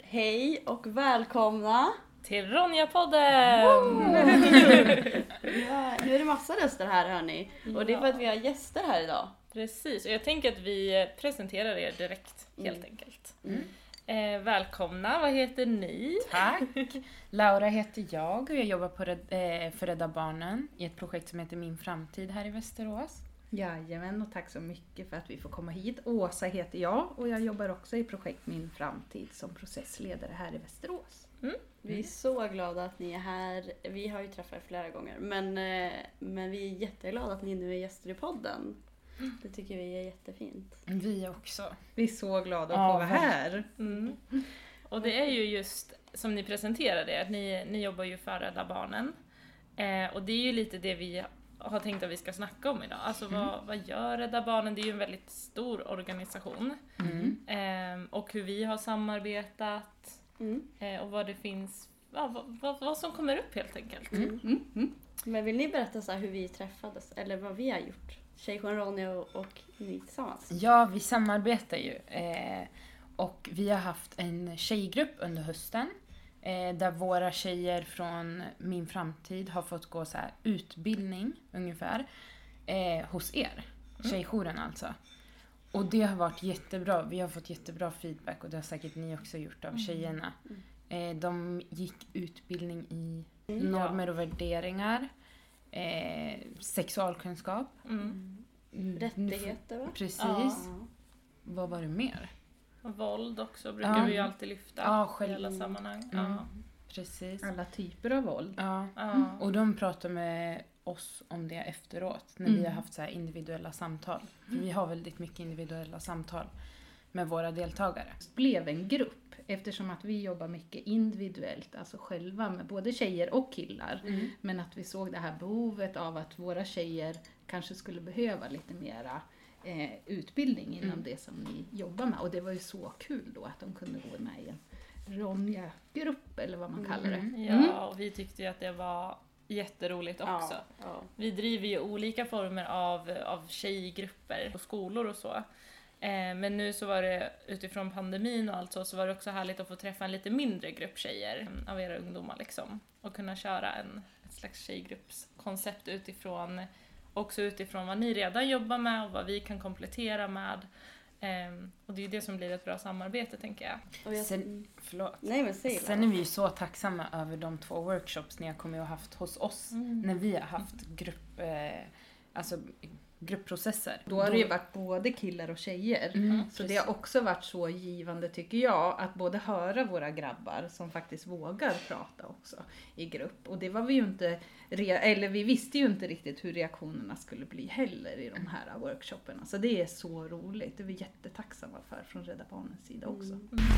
Hej och välkomna till Ronja-podden! Ja, nu är det massa röster här hörni. Och det är för att vi har gäster här idag. Precis, och jag tänker att vi presenterar er direkt helt enkelt. Välkomna, vad heter ni? Tack! Laura heter jag och jag jobbar på för Rädda Barnen i ett projekt som heter Min framtid här i Västerås. Jajamän, och tack så mycket för att vi får komma hit. Åsa heter jag och jag jobbar också i projekt Min framtid som processledare här i Västerås. Vi är så glada att ni är här. Vi har ju träffat er flera gånger. Men vi är jätteglada att ni nu är gäster i podden. Det tycker vi är jättefint. Vi också. Vi är så glada att få vara här. Och det är ju just som ni presenterade, att ni jobbar ju för Rädda Barnen. Och det är ju lite det vi har tänkt att vi ska snacka om idag. Alltså vad gör Rädda Barnen? Det är ju en väldigt stor organisation. Och hur vi har samarbetat. Och vad det finns, vad som kommer upp helt enkelt. Men vill ni berätta så här hur vi träffades? Eller vad vi har gjort? Tjejjouren Ronja och ni tillsammans. Ja, vi samarbetar ju. Och vi har haft en tjejgrupp under hösten. Där våra tjejer från Min framtid har fått gå så här utbildning ungefär. Hos er. Tjejjouren alltså. Och det har varit jättebra. Vi har fått jättebra feedback och det har säkert ni också gjort av tjejerna. De gick utbildning i normer och värderingar. Sexualkunskap. Rättigheter va? Precis. Ja. Vad var det mer? Och våld också brukar vi ju alltid lyfta i alla sammanhang. Precis. Alla typer av våld. Ja. Och de pratar med oss om det efteråt. När vi har haft så här individuella samtal. För vi har väldigt mycket individuella samtal med våra deltagare. Det blev en grupp eftersom att vi jobbar mycket individuellt. Alltså själva med både tjejer och killar. Men att vi såg det här behovet av att våra tjejer kanske skulle behöva lite mera utbildning inom det som ni jobbar med. Och det var ju så kul då att de kunde gå med i en Ronja-grupp eller vad man kallar det. Ja, och vi tyckte ju att det var jätteroligt också. Ja. Vi driver ju olika former av tjejgrupper på skolor och så. Men nu så var det utifrån pandemin och allt så var det också härligt att få träffa en lite mindre grupp tjejer av era ungdomar liksom. Och kunna köra ett slags tjejgruppskoncept utifrån vad ni redan jobbar med och vad vi kan komplettera med. Och det är ju det som blir ett bra samarbete tänker jag. Och Sen Sen är vi ju så tacksamma över de 2 workshops ni har kommit och haft hos oss. När vi har haft gruppprocesser. Då har det ju varit både killar och tjejer. Så det har också varit så givande tycker jag att både höra våra grabbar som faktiskt vågar prata också i grupp. Och det var vi ju inte, vi visste ju inte riktigt hur reaktionerna skulle bli heller i de här workshopperna. Så det är så roligt. Det är vi jättetacksamma för från Rädda Barnens sida också.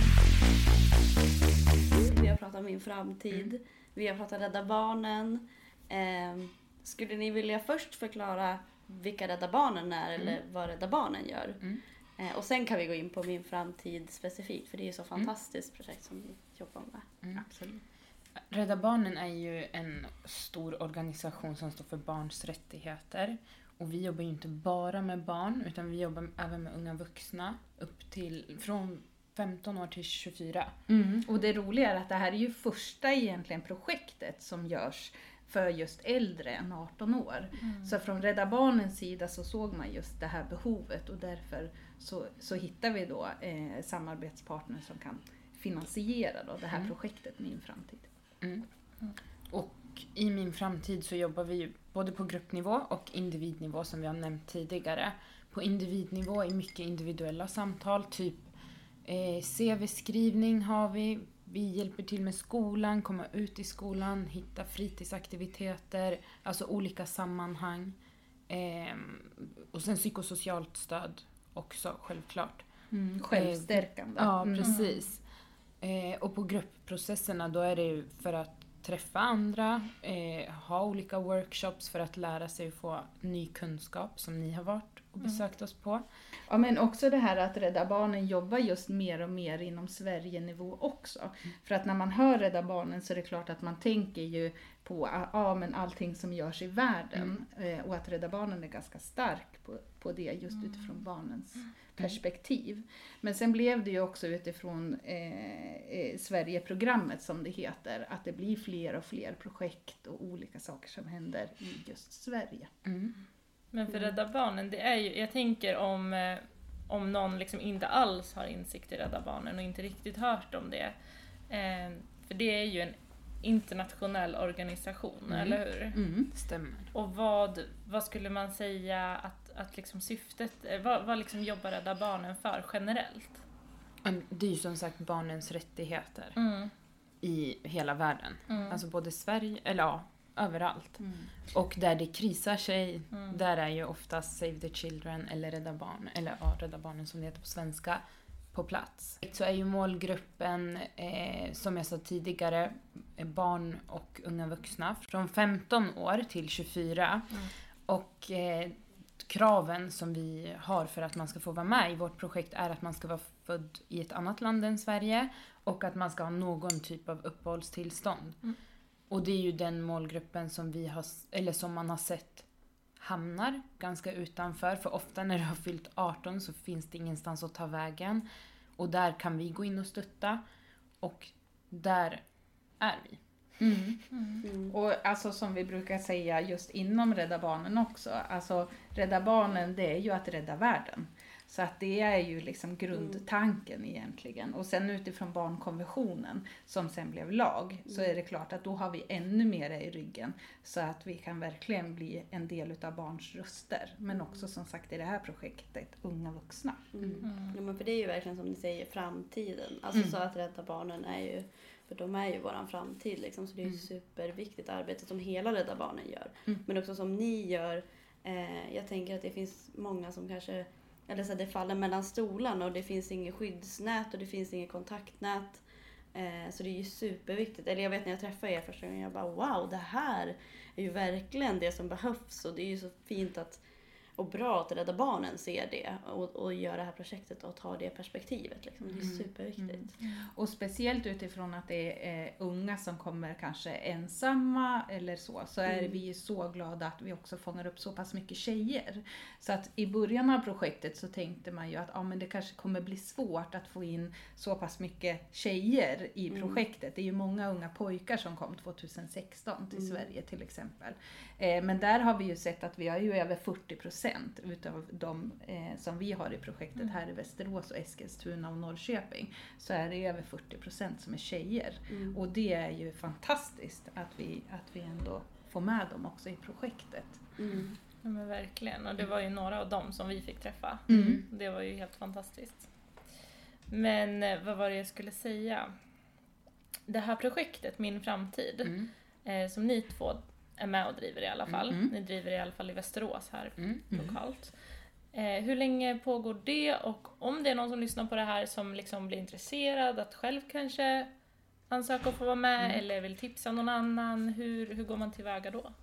Vi har pratat om Min framtid. Vi har pratat Rädda Barnen. Skulle ni vilja först förklara vilka Rädda Barnen är eller vad Rädda Barnen gör? Och sen kan vi gå in på Min framtid specifikt för det är ju så fantastiskt projekt som vi jobbar med. Absolut. Rädda Barnen är ju en stor organisation som står för barns rättigheter. Och vi jobbar ju inte bara med barn utan vi jobbar även med unga vuxna från 15 år till 24. Och det roliga är att det här är ju första egentligen projektet som görs för just äldre än 18 år. Så från Rädda Barnens sida så såg man just det här behovet och därför så hittar vi då samarbetspartner som kan finansiera då det här projektet Min framtid. Och i Min framtid så jobbar vi ju både på gruppnivå och individnivå som vi har nämnt tidigare. På individnivå är mycket individuella samtal, typ CV-skrivning har vi. Vi hjälper till med skolan, komma ut i skolan, hitta fritidsaktiviteter, alltså olika sammanhang. Och sen psykosocialt stöd också, självklart. Självstärkande. Ja, precis. Och på gruppprocesserna då är det ju för att träffa andra, ha olika workshops för att lära sig att få ny kunskap som ni har varit och besökt oss på. Ja, men också det här att Rädda Barnen jobbar just mer och mer inom Sverige-nivå också. För att när man hör Rädda Barnen så är det klart att man tänker ju på men allting som görs i världen. och att Rädda Barnen är ganska stark på det just utifrån barnens perspektiv. Men sen blev det ju också utifrån Sverigeprogrammet som det heter, att det blir fler och fler projekt och olika saker som händer i just Sverige. Men för Rädda Barnen, det är ju, jag tänker om någon liksom inte alls har insikt i Rädda Barnen och inte riktigt hört om det. För det är ju en internationell organisation, eller hur? Stämmer. Och vad skulle man säga att liksom syftet, vad liksom jobbar Rädda Barnen för generellt? Det är ju som sagt barnens rättigheter i hela världen. Alltså både Sverige, eller ja, överallt. Och där det krisar sig, där är ju oftast Save the Children eller Rädda Barnen, eller ja, Rädda Barnen som det heter på svenska, på plats. Så är ju målgruppen, som jag sa tidigare, barn och unga vuxna från 15 år till 24. Och kraven som vi har för att man ska få vara med i vårt projekt är att man ska vara född i ett annat land än Sverige och att man ska ha någon typ av uppehållstillstånd. Och det är ju den målgruppen som vi har, eller som man har sett hamnar ganska utanför. För ofta när du har fyllt 18 så finns det ingenstans att ta vägen. Och där kan vi gå in och stötta. Och där är vi. Och alltså som vi brukar säga just inom Rädda Barnen också. Alltså Rädda Barnen, det är ju att rädda världen. Så att det är ju liksom grundtanken egentligen. Och sen utifrån barnkonventionen som sen blev lag, så är det klart att då har vi ännu mer i ryggen. Så att vi kan verkligen bli en del utav barns röster. Men också som sagt i det här projektet, unga vuxna. Ja, men för det är ju verkligen som ni säger, framtiden. Alltså så att Rädda Barnen är ju, för de är ju våran framtid liksom. Så det är ju superviktigt arbete som hela Rädda Barnen gör. Men också som ni gör. Jag tänker att det finns många som kanske, eller så det faller mellan stolarna och det finns inget skyddsnät och det finns inget kontaktnät. Så det är ju superviktigt. Eller jag vet när jag träffade er första gången, jag bara wow, det här är ju verkligen det som behövs. Och det är ju så fint och bra att Rädda Barnen ser det och gör det här projektet och tar det perspektivet. Liksom. Det är superviktigt. Och speciellt utifrån att det är unga som kommer kanske ensamma eller så är vi ju så glada att vi också fångar upp så pass mycket tjejer. Så att i början av projektet så tänkte man ju att men det kanske kommer bli svårt att få in så pass mycket tjejer i projektet. Det är ju många unga pojkar som kom 2016 till Sverige till exempel. Men där har vi ju sett att vi har ju över 40% utav de som vi har i projektet här i Västerås och Eskilstuna och Norrköping, så är det över 40% som är tjejer. Och det är ju fantastiskt att vi ändå får med dem också i projektet. Ja, men verkligen. Och det var ju några av dem som vi fick träffa. Det var ju helt fantastiskt. Men vad var det jag skulle säga? Det här projektet, Min framtid, som ni två är med och driver i alla fall. Ni driver i alla fall i Västerås här lokalt. Hur länge pågår det? Och om det är någon som lyssnar på det här som liksom blir intresserad att själv kanske ansöka och få vara med eller vill tipsa någon annan, hur går man tillväga då?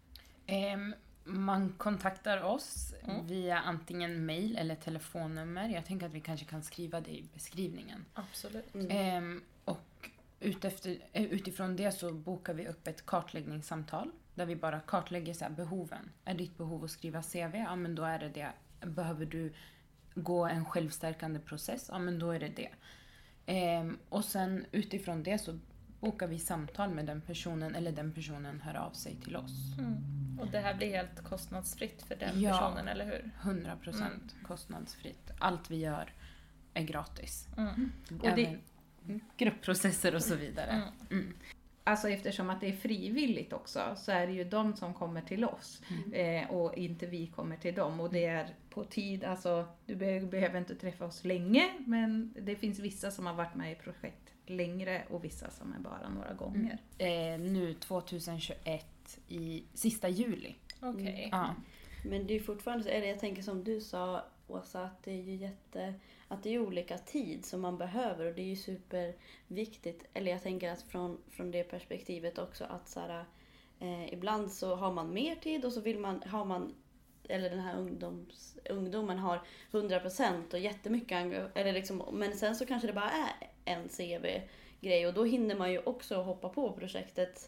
Man kontaktar oss via antingen mail eller telefonnummer. Jag tänker att vi kanske kan skriva det i beskrivningen. Absolut. Och utifrån det så bokar vi upp ett kartläggningssamtal där vi bara kartlägger så här behoven. Är ditt behov att skriva CV? Ja, men då är det det. Behöver du gå en självstärkande process? Ja, men då är det det. Och sen utifrån det så bokar vi samtal med den personen eller den personen hör av sig till oss. Och det här blir helt kostnadsfritt för den personen, eller hur? 100% kostnadsfritt. Allt vi gör är gratis. Och det gruppprocesser och så vidare. Alltså eftersom att det är frivilligt också så är det ju de som kommer till oss och inte vi kommer till dem. Och det är på tid, alltså du behöver inte träffa oss länge, men det finns vissa som har varit med i projekt längre och vissa som är bara några gånger. Nu 2021 i sista juli. Okej. Ja. Men det är fortfarande så, eller jag tänker som du sa Åsa, att det är ju att det är olika tid som man behöver och det är ju superviktigt. Eller jag tänker att från det perspektivet också att så här, ibland så har man mer tid och så eller den här ungdomen har 100% och jättemycket eller liksom, men sen så kanske det bara är en CV-grej och då hinner man ju också hoppa på projektet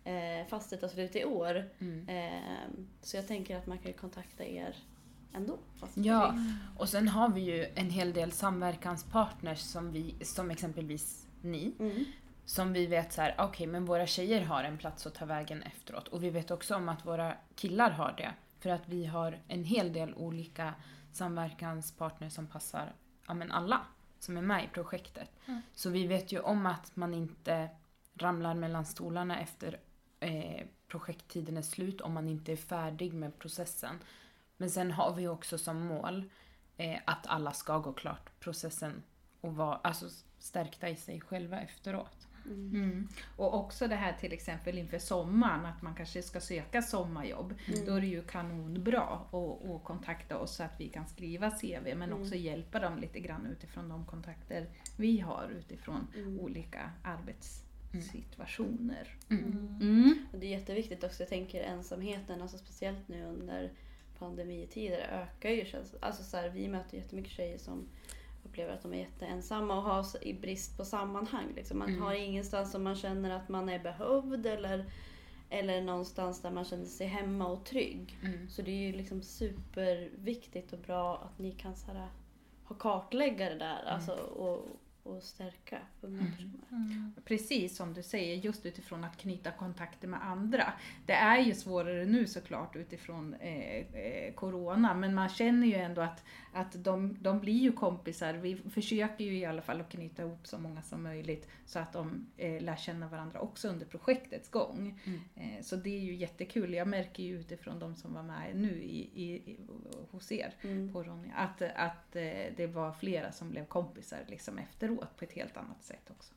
fast det tar slut i år. Så jag tänker att man kan ju kontakta er ändå. Ja, och sen har vi ju en hel del samverkanspartners som exempelvis ni. Som vi vet så här, okej, men våra tjejer har en plats att ta vägen efteråt. Och vi vet också om att våra killar har det. För att vi har en hel del olika samverkanspartners som passar alla som är med i projektet. Så vi vet ju om att man inte ramlar mellan stolarna efter projekttiden är slut om man inte är färdig med processen. Men sen har vi också som mål att alla ska gå klart processen och vara stärkta i sig själva efteråt. Och också det här till exempel inför sommaren, att man kanske ska söka sommarjobb. Då är det ju kanonbra att kontakta oss så att vi kan skriva CV, men också hjälpa dem lite grann utifrån de kontakter vi har utifrån olika arbetssituationer. Och det är jätteviktigt också, jag tänker ensamheten, alltså speciellt nu under pandemitider ökar ju. Alltså så här, vi möter jättemycket tjejer som upplever att de är jätteensamma och har i brist på sammanhang. Liksom. Man har ingenstans som man känner att man är behövd eller någonstans där man känner sig hemma och trygg. Så det är ju liksom superviktigt och bra att ni kan så här, ha kartläggare där alltså, och stärka unga personer. Precis som du säger, just utifrån att knyta kontakter med andra. Det är ju svårare nu såklart utifrån corona, men man känner ju ändå att de blir ju kompisar. Vi försöker ju i alla fall att knyta ihop så många som möjligt så att de lär känna varandra också under projektets gång. Så det är ju jättekul. Jag märker ju utifrån de som var med nu hos er på Ronja att det var flera som blev kompisar liksom efteråt på ett helt annat sätt också.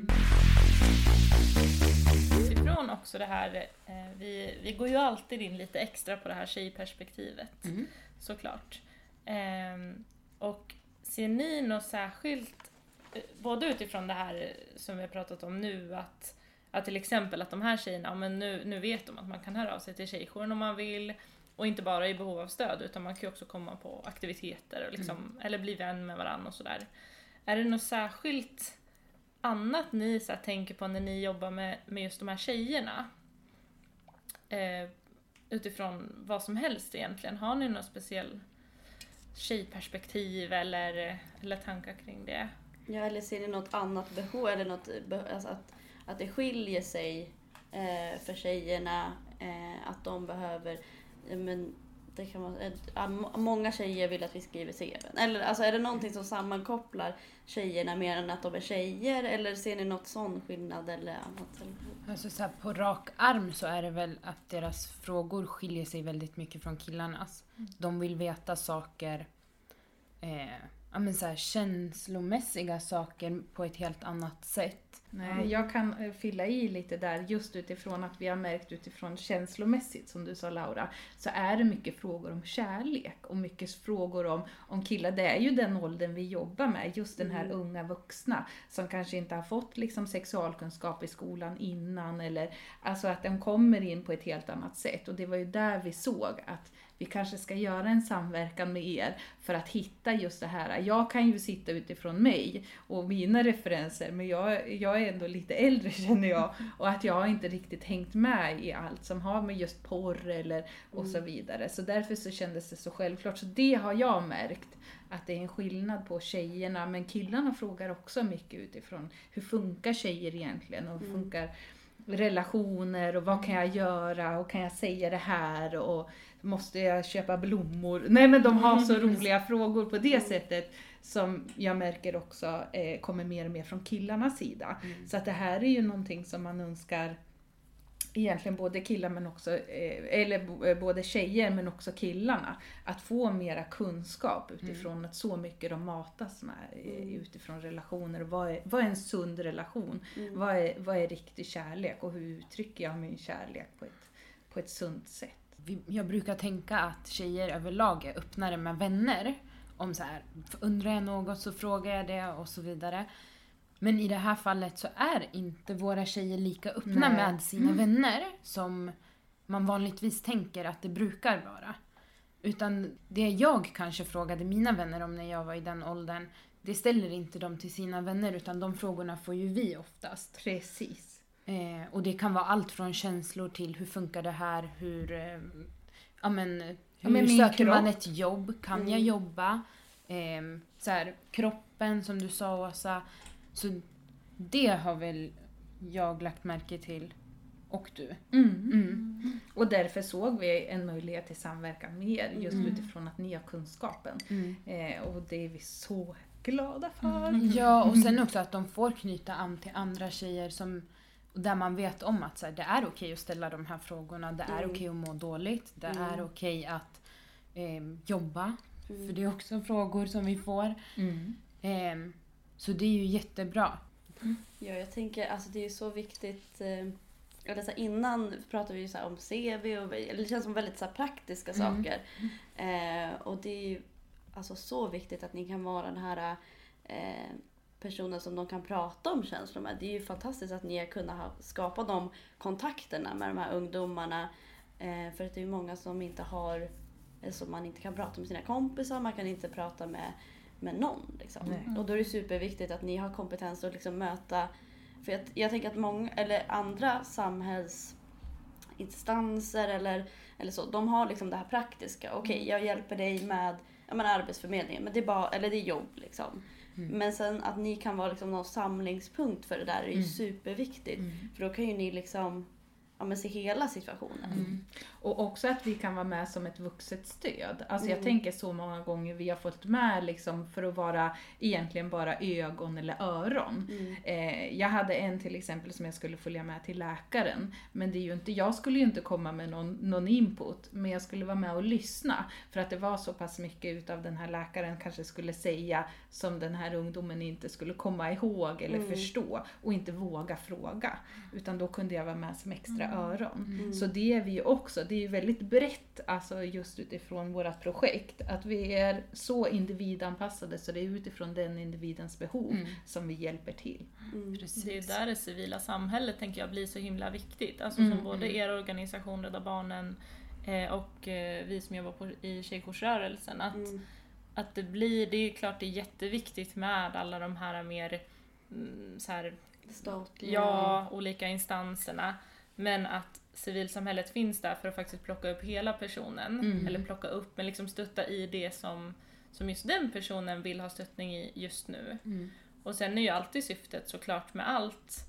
Utifrån också det här, vi går ju alltid in lite extra på det här tjejperspektivet, såklart. Och ser ni något särskilt, både utifrån det här som vi har pratat om nu, att till exempel att de här tjejerna, men nu vet de att man kan höra av sig till tjejjouren om man vill, och inte bara i behov av stöd, utan man kan ju också komma på aktiviteter och liksom, eller bli vän med varandra och sådär. Är det något särskilt annat ni så här, tänker på när ni jobbar med just de här tjejerna? Utifrån vad som helst egentligen. Har ni något speciellt tjejperspektiv eller tankar kring det? Ja, eller ser ni något annat behov eller något alltså att det skiljer sig för tjejerna, att de behöver, men det kan vara, många tjejer vill att vi skriver CV:n. Eller alltså, är det någonting som sammankopplar tjejerna mer än att de är tjejer? Eller ser ni något sån skillnad eller annat? Alltså så här, på rak arm så är det väl att deras frågor skiljer sig väldigt mycket från killarnas. De vill veta saker, så här, känslomässiga saker på ett helt annat sätt. Nej, jag kan fylla i lite där just utifrån att vi har märkt utifrån känslomässigt, som du sa Laura, så är det mycket frågor om kärlek och mycket frågor om killar. Det är ju den åldern vi jobbar med, just den här unga vuxna som kanske inte har fått liksom sexualkunskap i skolan innan, eller alltså att de kommer in på ett helt annat sätt. Och det var ju där vi såg att vi kanske ska göra en samverkan med er för att hitta just det här. Jag kan ju sitta utifrån mig och mina referenser, men jag är ändå lite äldre känner jag, och att jag inte riktigt hängt med i allt som har med just porr eller och så vidare. Så därför så kändes det så självklart. Så det har jag märkt, att det är en skillnad på tjejerna, men killarna frågar också mycket utifrån hur funkar tjejer egentligen och hur funkar relationer och vad kan jag göra och kan jag säga det här och måste jag köpa blommor? Nej, men de har så roliga frågor på det sättet som jag märker också kommer mer och mer från killarnas sida. Så att det här är ju någonting som man önskar egentligen både killar men också, eller både tjejer men också killarna, att få mera kunskap utifrån att så mycket de matas med utifrån relationer. Vad är en sund relation? Vad är riktig kärlek och hur uttrycker jag min kärlek på ett sunt sätt? Jag brukar tänka att tjejer överlag är öppnare med vänner. Om så här, undrar jag något så frågar jag det och så vidare. Men i det här fallet så är inte våra tjejer lika öppna med sina vänner som man vanligtvis tänker att det brukar vara. Utan det jag kanske frågade mina vänner om när jag var i den åldern, det ställer inte de till sina vänner, utan de frågorna får ju vi oftast. Precis. Och det kan vara allt från känslor till hur funkar det här, hur men söker man kropp. ett jobb, kan jag jobba? Så här, kroppen som du sa, Åsa. Så det har väl jag lagt märke till. Och du. Och därför såg vi en möjlighet till samverkan med er just utifrån att ni har kunskapen. Och det är vi så glada för. Ja, och sen också att de får knyta an till andra tjejer där man vet om att så här, det är okej att ställa de här frågorna. Det är okej att må dåligt. Det är okej att jobba. För det är också frågor som vi får. Så det är ju jättebra. Ja, jag tänker, alltså det är så viktigt. Eller så här, innan pratade vi så här om CV eller det känns som väldigt så här praktiska saker. Och det är ju alltså så viktigt att ni kan vara den här personen som de kan prata om känslor med. Det är ju fantastiskt att ni har kunnat skapa de kontakterna med de här ungdomarna. För att det är ju många som inte har, som man inte kan prata med sina kompisar, man kan inte prata med någon. Liksom. Och då är det superviktigt att ni har kompetens att liksom möta. För jag tänker att många, eller andra samhällsinstanser eller så, de har liksom det här praktiska. Okej, jag hjälper dig med arbetsförmedlingen, men det är bara, eller det är jobb liksom. Men sen att ni kan vara liksom någon samlingspunkt för det där är ju superviktigt. För då kan ju ni liksom se hela situationen. Och också att vi kan vara med som ett vuxet stöd. Alltså jag tänker så många gånger vi har fått med liksom för att vara egentligen bara ögon eller öron. Jag hade en till exempel som jag skulle följa med till läkaren. Men det är ju inte, jag skulle ju inte komma med någon input. Men jag skulle vara med och lyssna. För att det var så pass mycket utav den här läkaren kanske skulle säga som den här ungdomen inte skulle komma ihåg eller förstå. Och inte våga fråga. Utan då kunde jag vara med som extra öron. Så det är vi också. Det är väldigt brett, alltså just utifrån vårt projekt. Att vi är så individanpassade så det är utifrån den individens behov som vi hjälper till. Precis. Det är där det civila samhället tänker jag blir så himla viktigt. Alltså som både er organisation Rädda Barnen och vi som jobbar i tjejjoursrörelsen. Att det är klart det är jätteviktigt med alla de här mer så här, statliga, olika instanserna. Men att civilsamhället finns där för att faktiskt plocka upp hela personen. Eller plocka upp, men liksom stötta i det som just den personen vill ha stöttning i just nu. Och sen är ju alltid syftet såklart med allt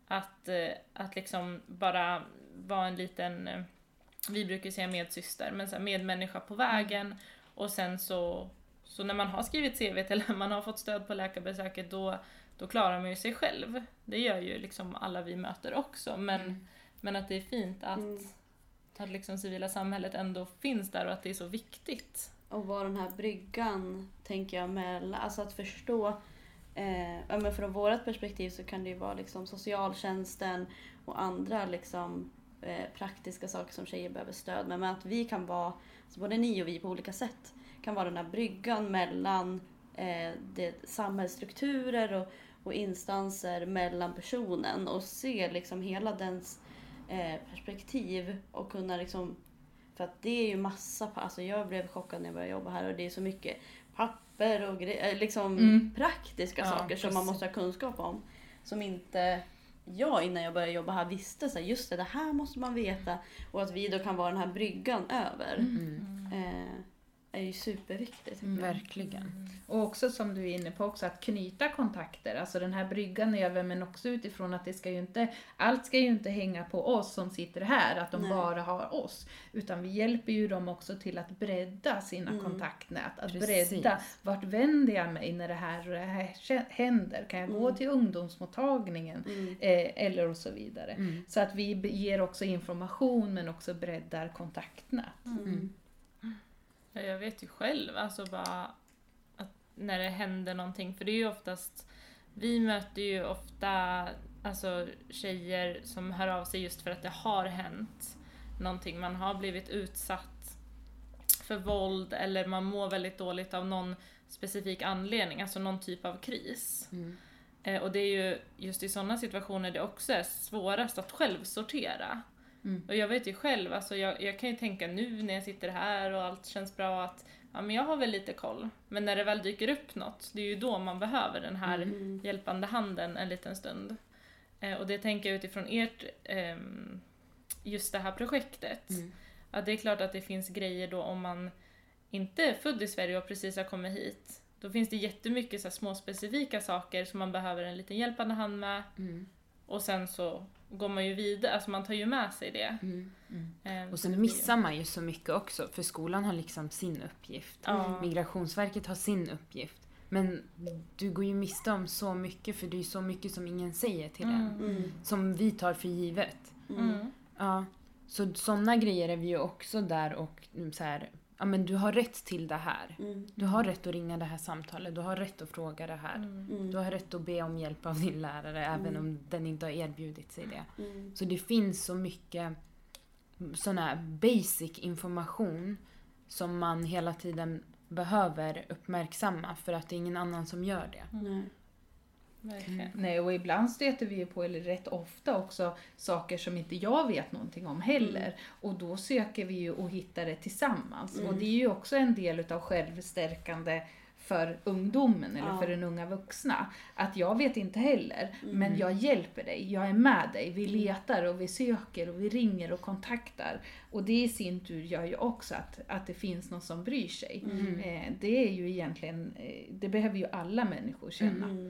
att liksom bara vara en liten, vi brukar säga medsyster, men så här medmänniska på vägen. Och sen så när man har skrivit CV:t eller man har fått stöd på läkarbesöket, då klarar man ju sig själv. Det gör ju liksom alla vi möter också. Men att det är fint att liksom civila samhället ändå finns där och att det är så viktigt. Och vara den här bryggan, tänker jag, alltså att förstå. Men från vårt perspektiv så kan det ju vara liksom socialtjänsten och andra liksom, praktiska saker som tjejer behöver stöd med. Men att vi kan vara, så både ni och vi på olika sätt, kan vara den här bryggan mellan samhällsstrukturer och instanser mellan personen och se liksom hela dens perspektiv och kunna liksom, för att det är ju massa, alltså jag blev chockad när jag började jobba här och det är så mycket papper och liksom praktiska saker som man måste ha kunskap om som inte jag innan jag började jobba här visste, så här, just det här måste man veta, och att vi då kan vara den här bryggan över är ju superviktigt. Verkligen. Och också som du är inne på också att knyta kontakter, alltså den här bryggan över, men också utifrån att allt ska ju inte hänga på oss som sitter här, att de bara har oss, utan vi hjälper ju dem också till att bredda sina kontaktnät, att bredda, vart vänder jag mig när det här händer, kan jag gå till ungdomsmottagningen eller och så vidare. Så att vi ger också information men också breddar kontaktnät. Jag vet ju själv, alltså bara att när det händer någonting, för det är ju oftast, vi möter ju ofta alltså tjejer som hör av sig just för att det har hänt någonting, man har blivit utsatt för våld eller man mår väldigt dåligt av någon specifik anledning, alltså någon typ av kris. Och det är ju just i sådana situationer det också är svårast att själv sortera. Och jag vet ju själv, alltså jag kan ju tänka nu när jag sitter här och allt känns bra att men jag har väl lite koll. Men när det väl dyker upp något, det är ju då man behöver den här hjälpande handen en liten stund. Och det tänker jag utifrån ert, just det här projektet. Att det är klart att det finns grejer då om man inte är född i Sverige och precis har kommit hit. Då finns det jättemycket så här små specifika saker som man behöver en liten hjälpande hand med. Och sen så går man ju vidare, alltså man tar ju med sig det. Och sen missar man ju så mycket också, för skolan har liksom sin uppgift. Migrationsverket har sin uppgift. Men du går ju miste om så mycket, för det är så mycket som ingen säger till en. Som vi tar för givet. Ja. Så sådana grejer är vi ju också där och så här, ja men du har rätt till det här. Du har rätt att ringa det här samtalet. Du har rätt att fråga det här. Du har rätt att be om hjälp av din lärare även om den inte har erbjudit sig det. Så det finns så mycket sån här basic information som man hela tiden behöver uppmärksamma för att det är ingen annan som gör det. Nej, och ibland stöter vi ju på, eller rätt ofta också, saker som inte jag vet någonting om heller. Och då söker vi ju och hittar det tillsammans. Och det är ju också en del utav självstärkande för ungdomen eller för den unga vuxna. Att jag vet inte heller, men jag hjälper dig, jag är med dig. Vi letar och vi söker och vi ringer och kontaktar. Och det i sin tur gör ju också att det finns någon som bryr sig. Det är ju egentligen, det behöver ju alla människor känna.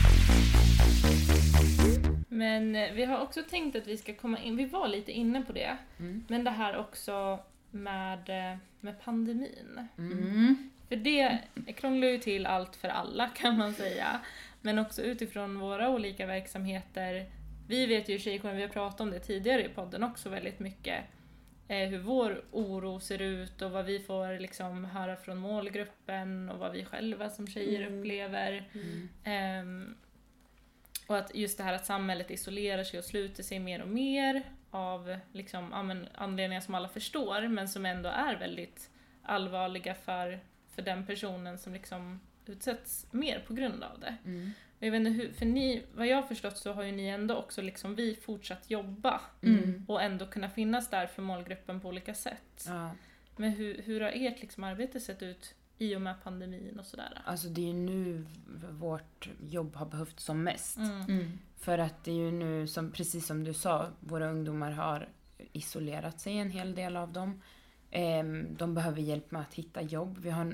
Men vi har också tänkt att vi ska komma in, vi var lite inne på det. Men det här också med pandemin. För det krånglar ju till allt för alla, kan man säga. Men också utifrån våra olika verksamheter. Vi vet ju i Tjejkåren, vi har pratat om det tidigare i podden också väldigt mycket. Hur vår oro ser ut och vad vi får liksom höra från målgruppen och vad vi själva som tjejer upplever. Och att just det här att samhället isolerar sig och sluter sig mer och mer av liksom, anledningar som alla förstår men som ändå är väldigt allvarliga för den personen som liksom utsätts mer på grund av det. Jag vet inte hur, för ni, vad jag har förstått så har ju ni ändå också liksom vi fortsatt jobba och ändå kunna finnas där för målgruppen på olika sätt. Men hur har ert liksom arbete sett ut i och med pandemin och sådär? Alltså det är ju nu vårt jobb har behövt som mest. För att det är ju nu, som, precis som du sa, våra ungdomar har isolerat sig, en hel del av dem. De behöver hjälp med att hitta jobb. Vi har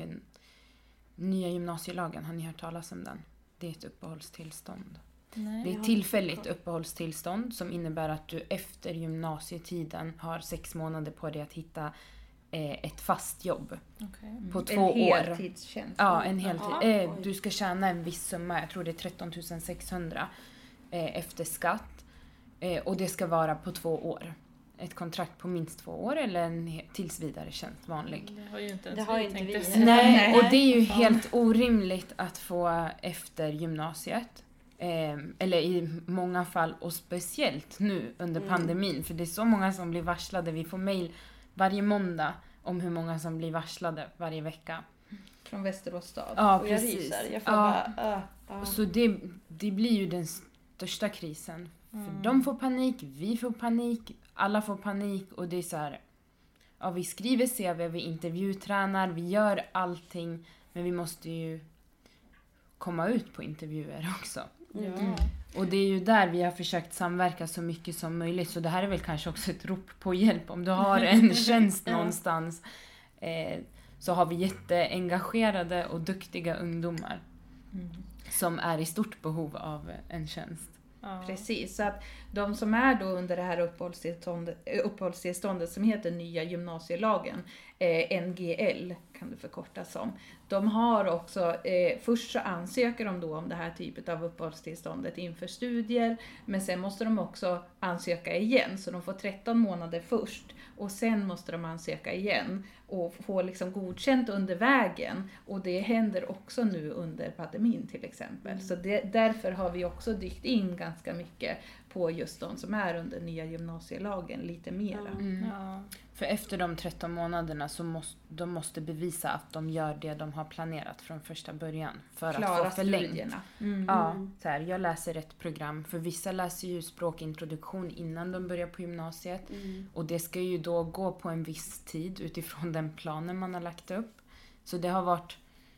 nya gymnasielagen, har ni hört talas om den? Det är ett uppehållstillstånd. Nej, det är ett tillfälligt uppehållstillstånd som innebär att du efter gymnasietiden har 6 månader på dig att hitta ett fast jobb. På 2 år. En heltidstjänst. Ja, en heltid. Du ska tjäna en viss summa, jag tror det är 13 600 efter skatt. Och det ska vara på 2 år. Ett kontrakt på minst 2 år eller en tillsvidare tjänst vanlig. Det har ju inte ens det har vi inte tänkt. vi. Nej, och det är ju helt orimligt att få efter gymnasiet. Eller i många fall, och speciellt nu under pandemin. För det är så många som blir varslade. Vi får mejl varje måndag om hur många som blir varslade varje vecka. Från Västerås stad. Ja, Och jag precis. ryser. Jag får bara... Så det blir ju den största krisen. För de får panik, vi får panik, alla får panik. Och det är så här, ja, vi skriver CV, vi intervjutränar, vi gör allting. Men vi måste ju komma ut på intervjuer också. Och det är ju där vi har försökt samverka så mycket som möjligt. Så det här är väl kanske också ett rop på hjälp. Om du har en tjänst någonstans så har vi jätteengagerade och duktiga ungdomar som är i stort behov av en tjänst. Precis, så att de som är då under det här uppehållstillståndet som heter nya gymnasielagen, NGL kan du förkorta som. De har också, först så ansöker de då om det här typet av uppehållstillståndet inför studier, men sen måste de också ansöka igen, så de får 13 månader först och sen måste de ansöka igen och få liksom godkänt under vägen, och det händer också nu under pandemin till exempel. Så därför har vi också dykt in ganska mycket på just de som är under nya gymnasielagen lite mera. För efter de 13 månaderna så de måste bevisa att de gör det de har planerat från första början för klara att få förlängt. studierna. Ja, så här, jag läser ett program. För vissa läser ju språkintroduktion innan de börjar på gymnasiet. Och det ska ju då gå på en viss tid utifrån den planen man har lagt upp. Så det har varit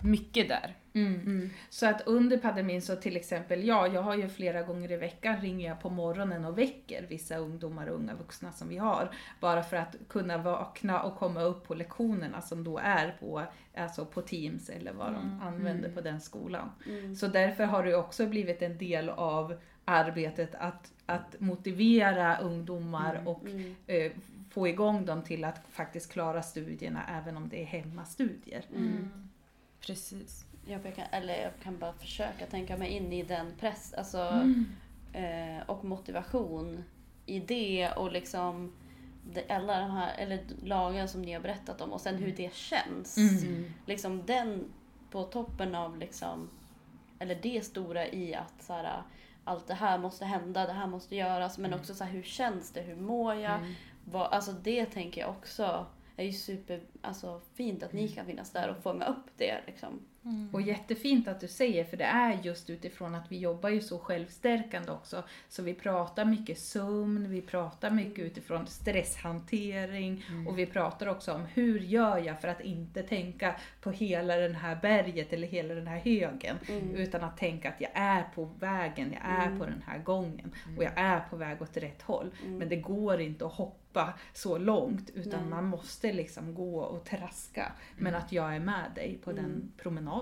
mycket där. Så att under pandemin så till exempel, jag har ju flera gånger i veckan ringer jag på morgonen och väcker vissa ungdomar och unga vuxna som vi har. Bara för att kunna vakna och komma upp på lektionerna som då är på Teams eller vad de använder på den skolan. Så därför har det också blivit en del av arbetet att motivera ungdomar och få igång dem till att faktiskt klara studierna även om det är hemmastudier. Precis. Jag kan bara försöka tänka mig in i den press och motivation i det och liksom alla de här lagen som ni har berättat om och sen hur det känns. Liksom den på toppen av liksom, eller det stora i att så här, allt det här måste hända, det här måste göras, men också så här, hur känns det, hur mår jag? Alltså det tänker jag också är ju fint att ni kan finnas där och fånga upp det liksom. Och jättefint att du säger, för det är just utifrån att vi jobbar ju så självstärkande också. Så vi pratar mycket sömn, vi pratar mycket utifrån stresshantering och vi pratar också om hur gör jag för att inte tänka på hela den här berget eller hela den här högen. Utan att tänka att jag är på vägen, jag är på den här gången och jag är på väg åt rätt håll. Men det går inte att hoppa så långt utan man måste liksom gå och traska. Men att jag är med dig på den promenaden.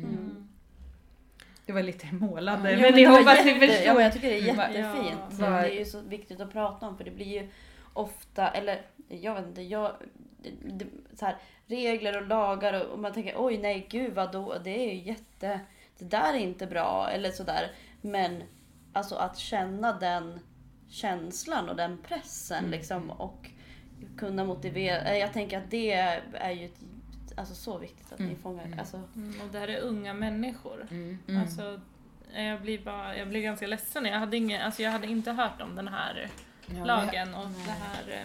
Det var lite målande, men jag hoppas ni förstår. Ja, jag tycker det är jättefint. Det är ju så viktigt att prata om, för det blir ju ofta, eller jag vet inte, så här, regler och lagar och man tänker oj nej gud vad då, det är ju det där är inte bra eller sådär. Men alltså att känna den känslan och den pressen liksom, och kunna motivera. Jag tänker att det är ju så viktigt att ni fångar. Och det här är unga människor. Alltså, jag blir ganska ledsen. Jag hade inte hört om den här lagen och det här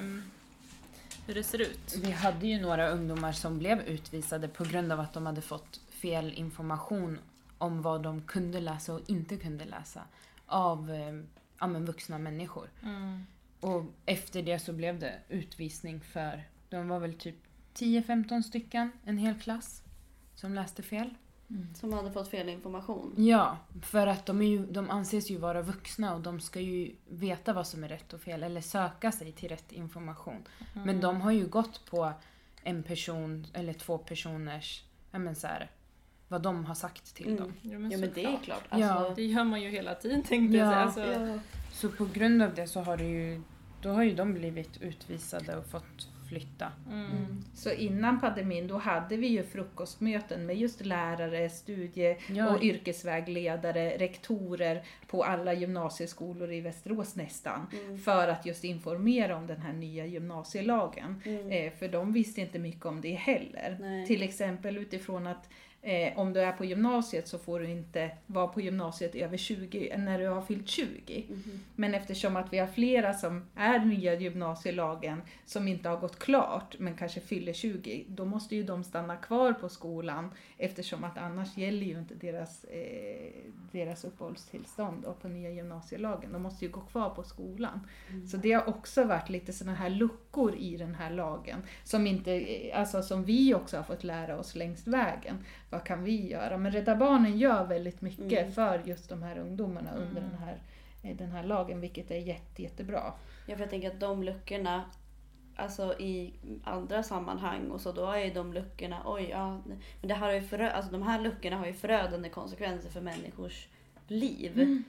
hur det ser ut. Vi hade ju några ungdomar som blev utvisade på grund av att de hade fått fel information om vad de kunde läsa och inte kunde läsa av vuxna människor. Och efter det så blev det utvisning för, de var väl typ 10-15 stycken, en hel klass som läste fel. Som hade fått fel information. Ja, för att de anses ju vara vuxna och de ska ju veta vad som är rätt och fel eller söka sig till rätt information. Men de har ju gått på en person eller 2 personers, vad de har sagt till dem. Ja men det är klart. Det gör man ju hela tiden, tänkte jag säga. Så på grund av det så har då har ju de blivit utvisade och fått flytta. Så innan pandemin då hade vi ju frukostmöten med just lärare, och yrkesvägledare, rektorer på alla gymnasieskolor i Västerås nästan. För att just informera om den här nya gymnasielagen. För de visste inte mycket om det heller. Nej. Till exempel utifrån att om du är på gymnasiet så får du inte vara på gymnasiet över 20 när du har fyllt 20. Men eftersom att vi har flera som är nya gymnasielagen som inte har gått klart men kanske fyller 20, då måste ju de stanna kvar på skolan eftersom att annars gäller ju inte deras uppehållstillstånd och på nya gymnasielagen. De måste ju gå kvar på skolan. Så det har också varit lite sådana här luckor i den här lagen som vi också har fått lära oss längs vägen. Vad kan vi göra? Men Rädda Barnen gör väldigt mycket för just de här ungdomarna under den här lagen, vilket är jättebra. Ja, för jag tänker att de luckorna, alltså i andra sammanhang och så, då är ju de luckorna, men det här har ju de här luckorna har ju förödande konsekvenser för människors liv.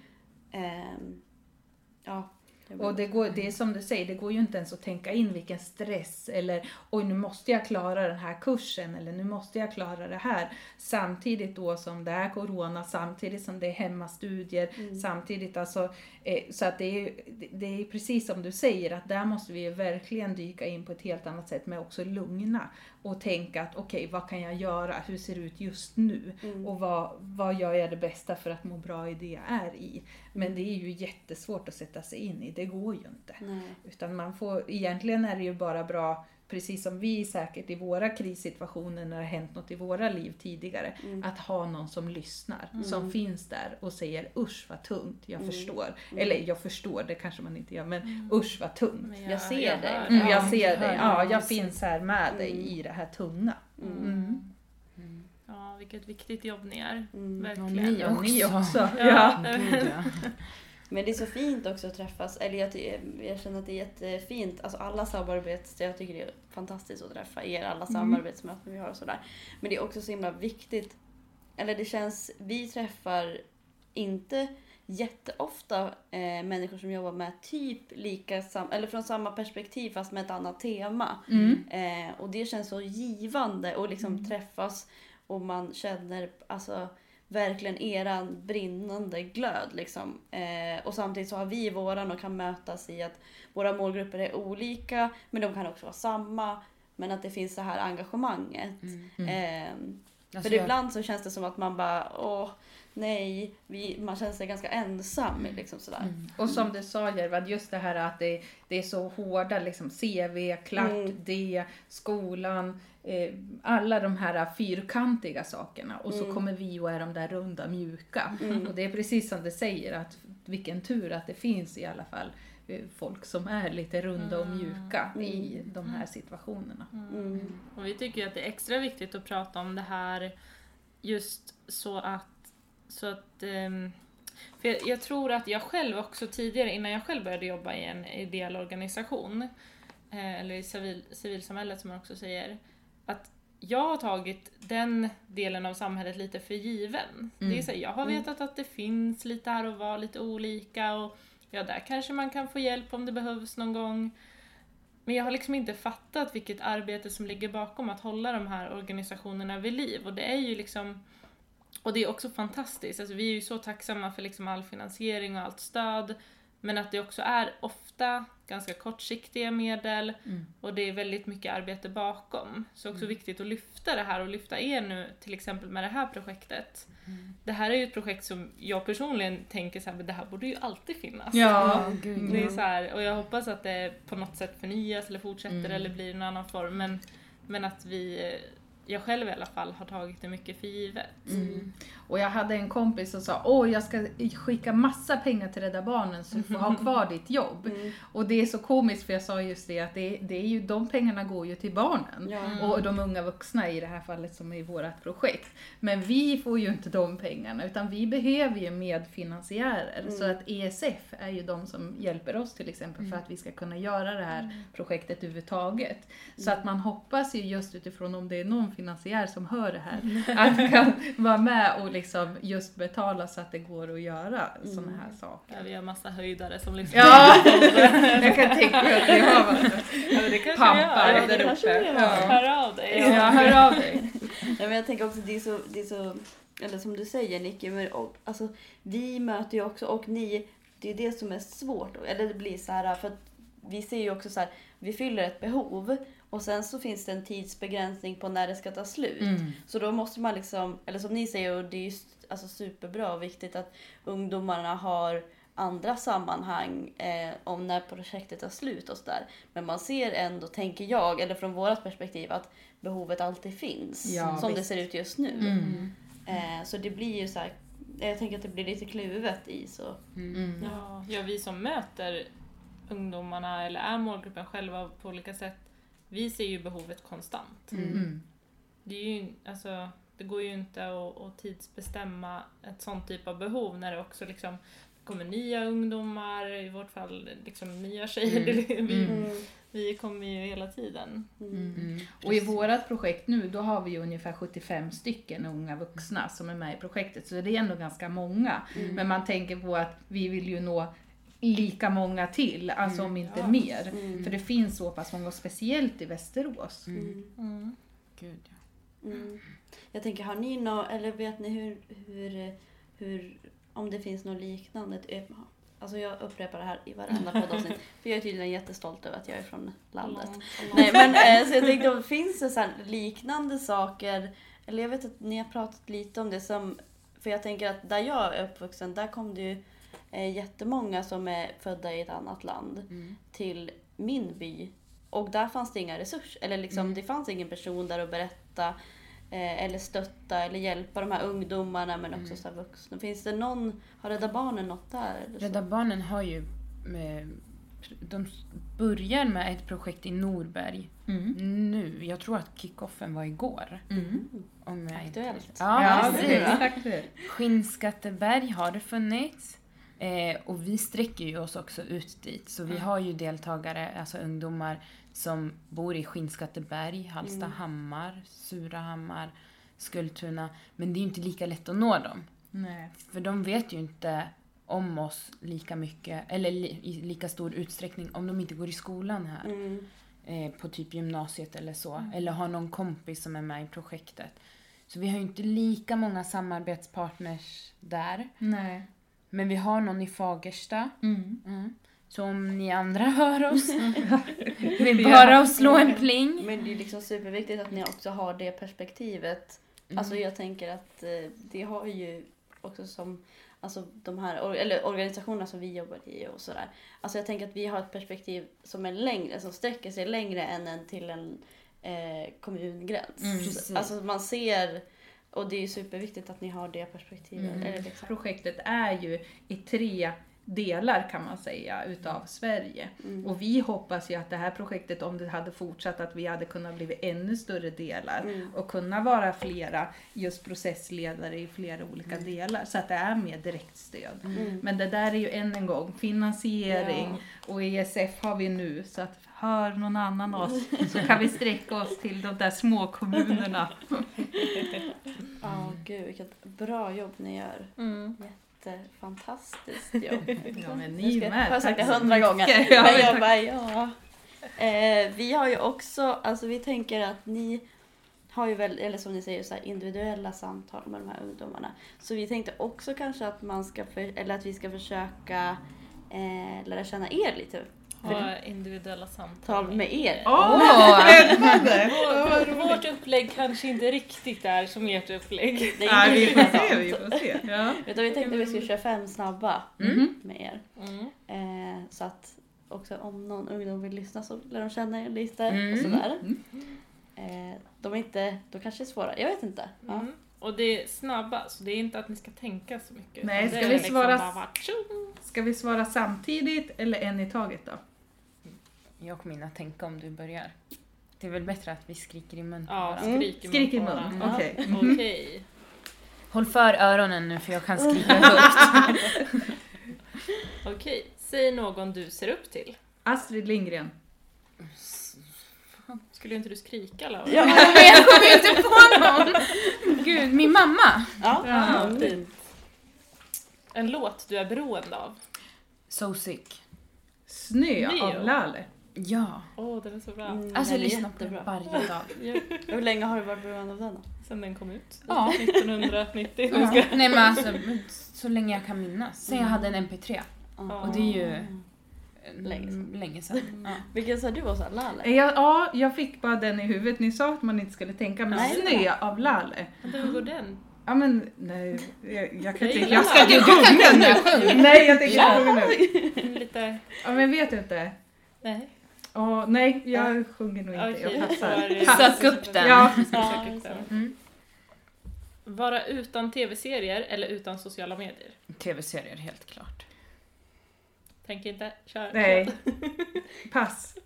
Och det är som du säger, det går ju inte ens att tänka in vilken stress eller nu måste jag klara den här kursen eller nu måste jag klara det här. Samtidigt då som det är corona, samtidigt som det är hemmastudier, samtidigt så att det är precis som du säger att där måste vi verkligen dyka in på ett helt annat sätt med också lugna och tänka att okej, vad kan jag göra? Hur ser det ut just nu? Och vad gör jag det bästa för att må bra i det jag är i? Men det är ju jättesvårt att sätta sig in i. Det går ju inte. Nej. Utan egentligen är det ju bara bra, precis som vi säkert i våra krissituationer när det har hänt något i våra liv tidigare, att ha någon som lyssnar, som finns där och säger usch vad tungt, jag förstår. Eller jag förstår, det kanske man inte gör, men usch vad tungt. Jag ser dig. Jag ser dig. Ja, jag finns här med dig i det här tunga. Ja, vilket viktigt jobb ni är. Mm. Verkligen. Och ni också. Ja. Gud, ja. Men det är så fint också att träffas. Eller jag känner att det är jättefint. Alltså alla jag tycker det är fantastiskt att träffa er. Alla samarbetsmöten vi har och sådär. Men det är också så himla viktigt. Eller det känns, vi träffar inte jätteofta människor som jobbar med typ eller från samma perspektiv fast med ett annat tema. Och det känns så givande att liksom träffas och man känner alltså verkligen eran brinnande glöd liksom. Och samtidigt så har vi våran och kan mötas i att våra målgrupper är olika men de kan också vara samma, men att det finns det här engagemanget. Alltså, för ibland så känns det som att man bara nej, man känner sig ganska ensam liksom sådär. Och som du sa Järvad, just det här att det är så hårda liksom CV, klart, det, skolan, alla de här fyrkantiga sakerna. Och så kommer vi och är de där runda, mjuka. Och det är precis som du säger, att vilken tur att det finns i alla fall folk som är lite runda och mjuka i de här situationerna. Och vi tycker att det är extra viktigt att prata om det här just så att för jag tror att jag själv också tidigare, innan jag själv började jobba i en ideell organisation eller i civilsamhället som man också säger, att jag har tagit den delen av samhället lite för given. Det är så här, jag har vetat att det finns lite här och var lite olika och där kanske man kan få hjälp om det behövs någon gång. Men jag har liksom inte fattat vilket arbete som ligger bakom att hålla de här organisationerna vid liv. Och det är ju liksom, och det är också fantastiskt. Alltså vi är ju så tacksamma för liksom all finansiering och allt stöd. Men att det också är ofta ganska kortsiktiga medel. Och det är väldigt mycket arbete bakom. Så också viktigt att lyfta det här och lyfta er nu till exempel med det här projektet. Det här är ju ett projekt som jag personligen tänker så här, men det här borde ju alltid finnas. Ja, gud, Det är så här, och jag hoppas att det på något sätt förnyas eller fortsätter eller blir någon annan form. Men att jag själv i alla fall har tagit det mycket för givet. Och jag hade en kompis som sa, jag ska skicka massa pengar till Rädda Barnen så du får ha kvar ditt jobb. Och det är så komiskt för jag sa just det att det är ju, de pengarna går ju till barnen. Och de unga vuxna i det här fallet som är i vårat projekt. Men vi får ju inte de pengarna utan vi behöver ju medfinansiärer. Så att ESF är ju de som hjälper oss till exempel för att vi ska kunna göra det här projektet överhuvudtaget. Så att man hoppas ju just utifrån om det är någon finansiär som hör det här att kan vara med och liksom just betala så att det går att göra såna här saker. Ja, vi har massa höjdare som lyssnar. Ja, jag kan tänka mig att vi har det kanske pampar vi gör. där uppe. Hör av dig. Ja, hör av dig. Ja, men jag tänker också det är så eller som du säger Nicky, men alltså vi möter ju också och ni, det är det som är svårt, eller det blir så här för att vi ser ju också så här, vi fyller ett behov och sen så finns det en tidsbegränsning på när det ska ta slut. Så då måste man liksom, eller som ni säger, och det är ju alltså superbra och viktigt att ungdomarna har andra sammanhang om när projektet tar slut och sådär. Men man ser ändå, tänker jag, eller från vårat perspektiv, att behovet alltid finns. Som visst. Det ser ut just nu. Så det blir ju så här, jag tänker att det blir lite kluvet i så. Ja, vi som möter ungdomarna eller är målgruppen själva på olika sätt, vi ser ju behovet konstant. Det är ju, alltså, det går ju inte att tidsbestämma ett sånt typ av behov när det också liksom kommer nya ungdomar, i vårt fall liksom nya tjejer. Vi kommer ju hela tiden. Och i vårat projekt nu, då har vi ju ungefär 75 stycken unga vuxna som är med i projektet. Så det är ändå ganska många. Men man tänker på att vi vill ju nå lika många till, alltså om inte mer. För det finns så pass många, speciellt i Västerås. Gud, ja. Jag tänker, har ni eller vet ni hur om det finns något liknande? Alltså jag upprepar det här i varenda poddavsnitt. För jag är tydligen jättestolt över att jag är från landet. Nej, men så jag tänkte, om det finns så här liknande saker, eller jag vet att ni har pratat lite om det som, för jag tänker att där jag är uppvuxen, där kom det ju jättemånga som är födda i ett annat land till min by. Och där fanns det inga resurser, eller liksom det fanns ingen person där att berätta eller stötta eller hjälpa de här ungdomarna, men också så här vuxna. Finns det någon, har Rädda Barnen något där? Eller Rädda Barnen har ju de börjar med ett projekt i Norberg nu. Jag tror att kickoffen var igår. Om jag Aktuellt. Ja, precis. Exakt. Skinnskatteberg har det funnits. Och vi sträcker ju oss också ut dit. Så vi har ju deltagare, alltså ungdomar som bor i Skinnskatteberg, Hallstahammar, Surahammar, Skultuna. Men det är ju inte lika lätt att nå dem. Nej. För de vet ju inte om oss lika mycket, eller i lika stor utsträckning om de inte går i skolan här. På typ gymnasiet eller så. Eller har någon kompis som är med i projektet. Så vi har ju inte lika många samarbetspartners där. Nej. Men vi har någon i Fagersta. Så om ni andra hör oss, det är bara att slå en pling. Men det är liksom superviktigt att ni också har det perspektivet. Alltså jag tänker att det har ju också som alltså de här eller organisationerna som vi jobbar i och sådär. Alltså jag tänker att vi har ett perspektiv som är längre, som sträcker sig längre än till en kommungräns. Alltså man ser, och det är ju superviktigt att ni har det perspektivet. Eller liksom. Projektet är ju i 3 delar kan man säga utav Sverige. Och vi hoppas ju att det här projektet, om det hade fortsatt, att vi hade kunnat bli ännu större delar och kunna vara flera just processledare i flera olika delar, så att det är mer direktstöd. Men det där är ju än en gång finansiering och ESF har vi nu, så att hör någon annan oss så kan vi sträcka oss till de där små kommunerna. Gud, vilket bra jobb ni gör. Fantastiskt jobb. Ja, men ni med. Jag har sagt det Tack så 100 gånger. mycket. Men jag bara, vi har ju också, alltså vi tänker att ni har ju väl, eller som ni säger, så här individuella samtal med de här ungdomarna. Så vi tänkte också kanske att man ska, att vi ska försöka lära känna er lite. Ha individuella samtal Tal med er. Vårt upplägg kanske inte riktigt är som ert upplägg. Det är Vi inte får se, vi får se. Ja. Utan vi tänkte att vi skulle köra 5 snabba med er. Så att också om någon ungdom vill lyssna så lär de känna er lite och sådär. De kanske är svåra, jag vet inte. Ja. Och det är snabba, så det är inte att ni ska tänka så mycket. Nej, ska vi svara samtidigt eller en i taget då? Jag kommer in att tänka om du börjar. Det är väl bättre att vi skriker i mun. Ja, skrik i mun. Okej. Okej. Håll för öronen nu för jag kan skrika högt. Okej, säg någon du ser upp till. Astrid Lindgren. Skulle inte du skrika eller? Ja, men jag kommer inte på någon. Gud, min mamma. Ja, fint. En låt du är beroende av. So Sick. Snö av Laleh. Ja. Den är så bra. Alltså jag den är lyssnar på det varje dag. Hur länge har du varit beroende av den då? Sen den kom ut. Ja. 1990. Ja. Nej men alltså, så länge jag kan minnas. Sen jag hade en MP3. Och det är ju länge sedan. Ja. Vilken sa du var så Laleh? Ja, jag fick bara den i huvudet. Ni sa att man inte skulle tänka, men Snö av Laleh. Hur går den? Ja men, nej, jag kan inte. Jag Jag ska inte sjunga nu. Nej, jag tänker inte sjunga nu. Lite... Ja men vet du inte. Nej. Nej, jag sjunger nog inte. Jag passar. Sök upp den. Ja. Sök upp den. Vara utan tv-serier eller utan sociala medier? Tv-serier, helt klart. Tänk inte, kör. Nej, pass.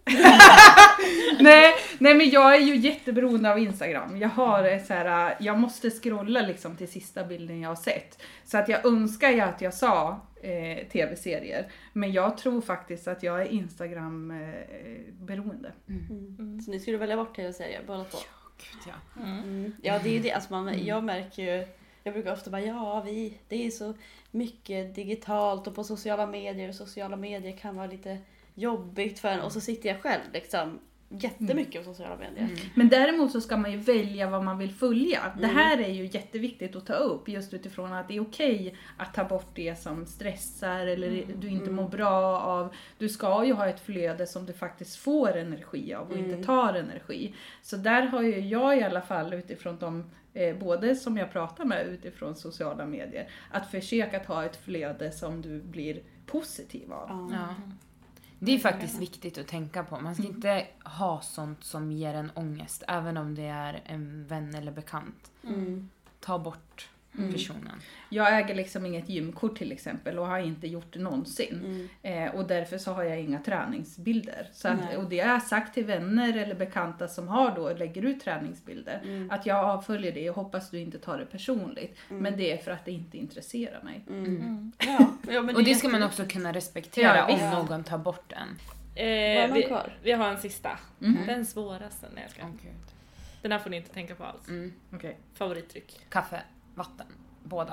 nej, men jag är ju jätteberoende av Instagram. Jag har så här, jag måste scrolla liksom till sista bilden jag har sett. Så att jag önskar ju att jag sa tv-serier. Men jag tror faktiskt att jag är Instagram beroende. Så ni skulle välja bort tv-serier, båda två? Ja. Ja, det är ju det. Alltså jag märker ju, jag brukar ofta bara, det är så mycket digitalt och på sociala medier. Och sociala medier kan vara lite jobbigt för en. Och så sitter jag själv liksom jättemycket på sociala medier. Men däremot så ska man ju välja vad man vill följa. Det här är ju jätteviktigt att ta upp. Just utifrån att det är okej att ta bort det som stressar. Eller du inte mår bra av. Du ska ju ha ett flöde som du faktiskt får energi av. Och inte tar energi. Så där har ju jag i alla fall utifrån de både som jag pratar med utifrån sociala medier, att försöka att ha ett flöde som du blir positiv av. Ja. Det är faktiskt viktigt att tänka på. Man ska inte ha sånt som ger en ångest, även om det är en vän eller bekant. Ta bort personen. Jag äger liksom inget gymkort till exempel och har inte gjort det någonsin. Och därför så har jag inga träningsbilder. Så att, och det är sagt till vänner eller bekanta som har då lägger ut träningsbilder. Att jag avföljer det och hoppas du inte tar det personligt. Men det är för att det inte intresserar mig. Ja, men Och det ska man också kunna respektera Ja, visst. om någon tar bort den. Vi har en sista. Den svåraste. Nej, jag ska. Den här får ni inte tänka på alls. Okej. Favoritdryck. Kaffe, vatten, båda.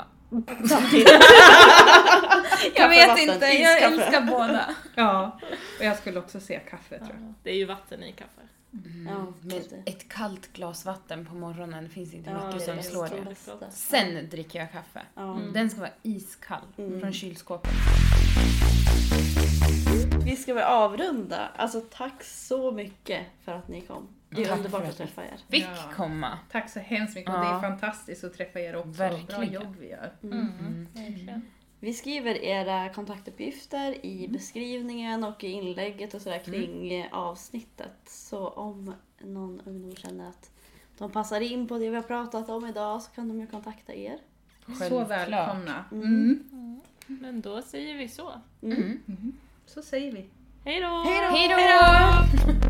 Jag vet inte, jag älskar båda. Ja, och jag skulle också säga kaffe tror jag. Det är ju vatten i kaffe. Ja, Men ett kallt glas vatten på morgonen, det finns inte mycket det som är slår så det. bästa. Sen dricker jag kaffe. Den ska vara iskall från kylskåpet. Vi ska väl avrunda. Alltså tack så mycket för att ni kom. Det är Tack underbart för att att träffa er. Fick Ja. komma. Tack så hemskt mycket och det är fantastiskt att träffa er också. Verkligen. Bra jobb vi gör. Verkligen. Vi skriver era kontaktuppgifter i beskrivningen och i inlägget och sådär kring avsnittet. Så om någon ungdom känner att de passar in på det vi har pratat om idag så kan de ju kontakta er. Så välkomna. Men då säger vi så. Så säger vi. Hej då! Hej då!